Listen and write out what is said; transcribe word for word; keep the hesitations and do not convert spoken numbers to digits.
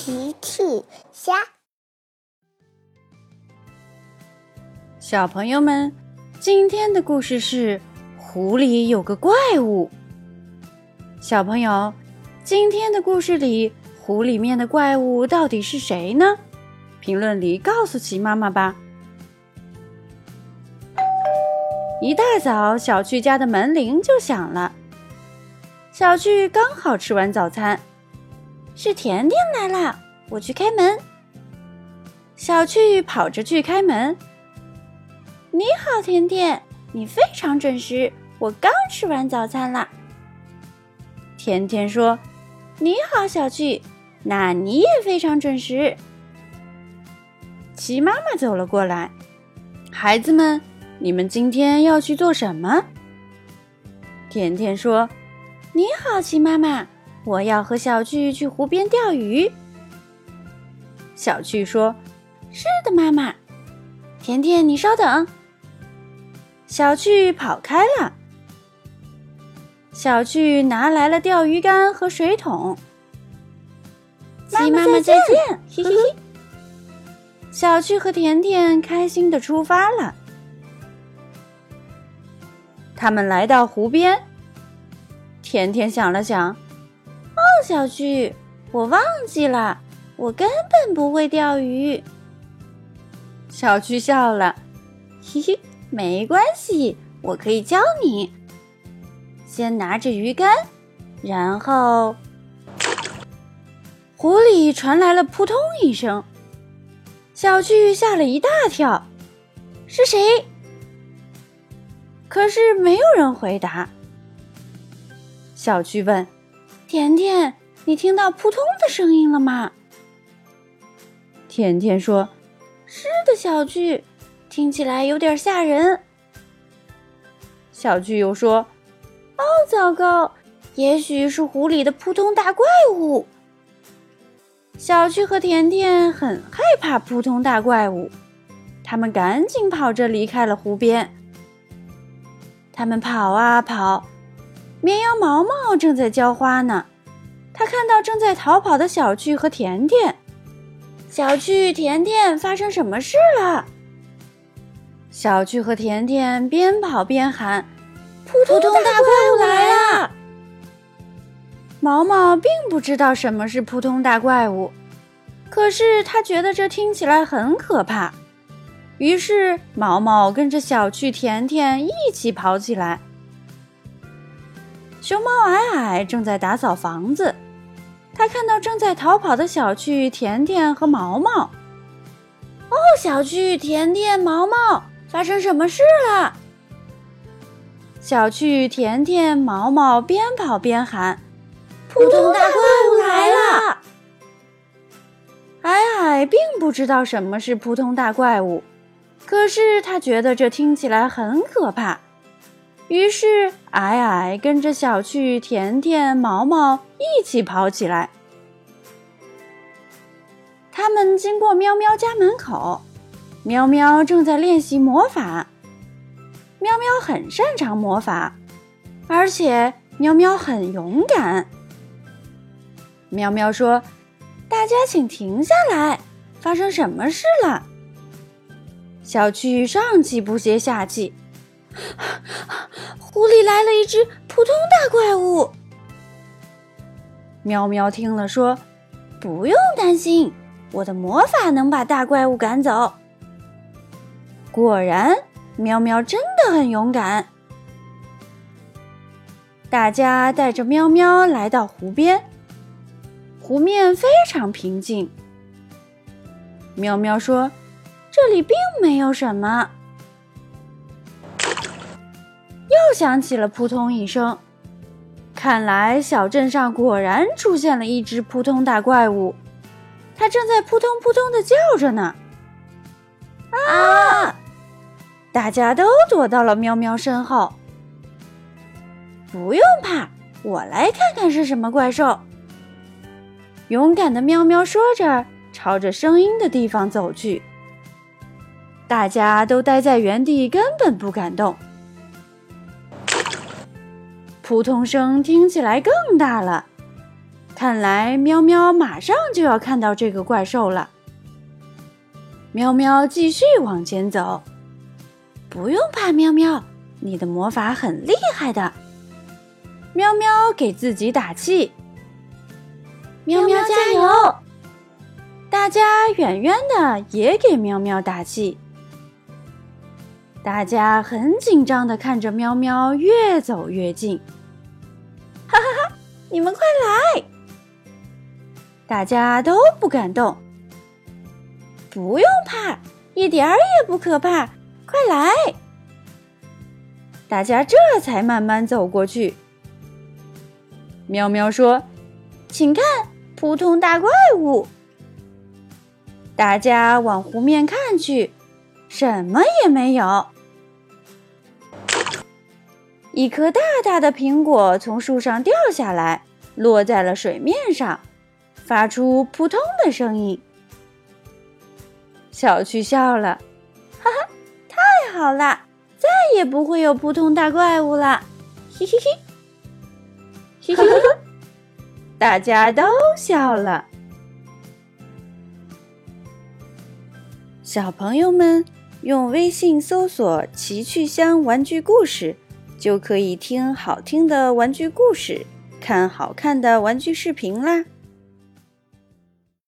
奇趣虾。 小朋友们，今天的故事是湖里有个怪物。小朋友，今天的故事里，湖里面的怪物到底是谁呢？评论里告诉奇妈妈吧。一大早，小趣家的门铃就响了。小趣刚好吃完早餐，是甜甜来了，我去开门。小趣跑着去开门。你好，甜甜，你非常准时，我刚吃完早餐啦。甜甜说：你好，小趣，那你也非常准时。奇妈妈走了过来，孩子们，你们今天要去做什么？甜甜说：你好，奇妈妈，我要和小趣去湖边钓鱼。小趣说：是的，妈妈。甜甜，你稍等。小趣跑开了。小趣拿来了钓鱼竿和水桶。奇妈妈再见，嘿嘿嘿。小趣和甜甜开心地出发了。他们来到湖边。甜甜想了想，哦，小趣，我忘记了，我根本不会钓鱼。小趣笑了，嘿嘿，没关系，我可以教你。先拿着鱼竿，然后湖里传来了扑通一声，小趣吓了一大跳，是谁？可是没有人回答。小趣问：甜甜，你听到扑通的声音了吗？甜甜说：是的，小趣，听起来有点吓人。小趣又说：哦，糟糕，也许是湖里的扑通大怪物。小趣和甜甜很害怕扑通大怪物，他们赶紧跑着离开了湖边。他们跑啊跑，绵羊毛毛正在浇花呢，他看到正在逃跑的小趣和甜甜。小趣，甜甜，发生什么事了？小趣和甜甜边跑边喊：扑通大怪物来了！毛毛并不知道什么是扑通大怪物，可是他觉得这听起来很可怕，于是毛毛跟着小趣、甜甜一起跑起来。熊猫矮矮正在打扫房子，他看到正在逃跑的小趣、甜甜和毛毛。哦，小趣、甜甜、毛毛，发生什么事了？小趣、甜甜、毛毛边跑边喊：扑通大怪物来了！矮矮并不知道什么是扑通大怪物，可是他觉得这听起来很可怕，于是矮矮跟着小趣、甜甜、毛毛一起跑起来。他们经过喵喵家门口，喵喵正在练习魔法。喵喵很擅长魔法，而且喵喵很勇敢。喵喵说：大家请停下来，发生什么事了？小趣上气不接下气，湖里来了一只扑通大怪物。喵喵听了说：不用担心，我的魔法能把大怪物赶走。果然，喵喵真的很勇敢。大家带着喵喵来到湖边，湖面非常平静。喵喵说：这里并没有什么。又响起了扑通一声，看来小镇上果然出现了一只扑通大怪物，它正在扑通扑通地叫着呢。啊！大家都躲到了喵喵身后。不用怕，我来看看是什么怪兽。勇敢的喵喵说着，朝着声音的地方走去。大家都待在原地，根本不敢动。扑通声听起来更大了， 看来喵喵马上就要看到这个怪兽了。喵喵继续往前走。不用怕，喵喵，你的魔法很厉害的。喵喵给自己打气。喵喵加油！大家远远的也给喵喵打气。大家很紧张地看着喵喵越走越近。哈哈哈，你们快来！大家都不敢动。不用怕，一点儿也不可怕，快来！大家这才慢慢走过去。喵喵说：“请看，扑通大怪物！”大家往湖面看去，什么也没有。一颗大大的苹果从树上掉下来，落在了水面上，发出扑通的声音。小趣笑了，哈哈，太好了，再也不会有扑通大怪物了，嘿嘿嘿，嘿嘿嘿，大家都笑了。小朋友们用微信搜索“奇趣箱玩具故事”，就可以听好听的玩具故事，看好看的玩具视频啦。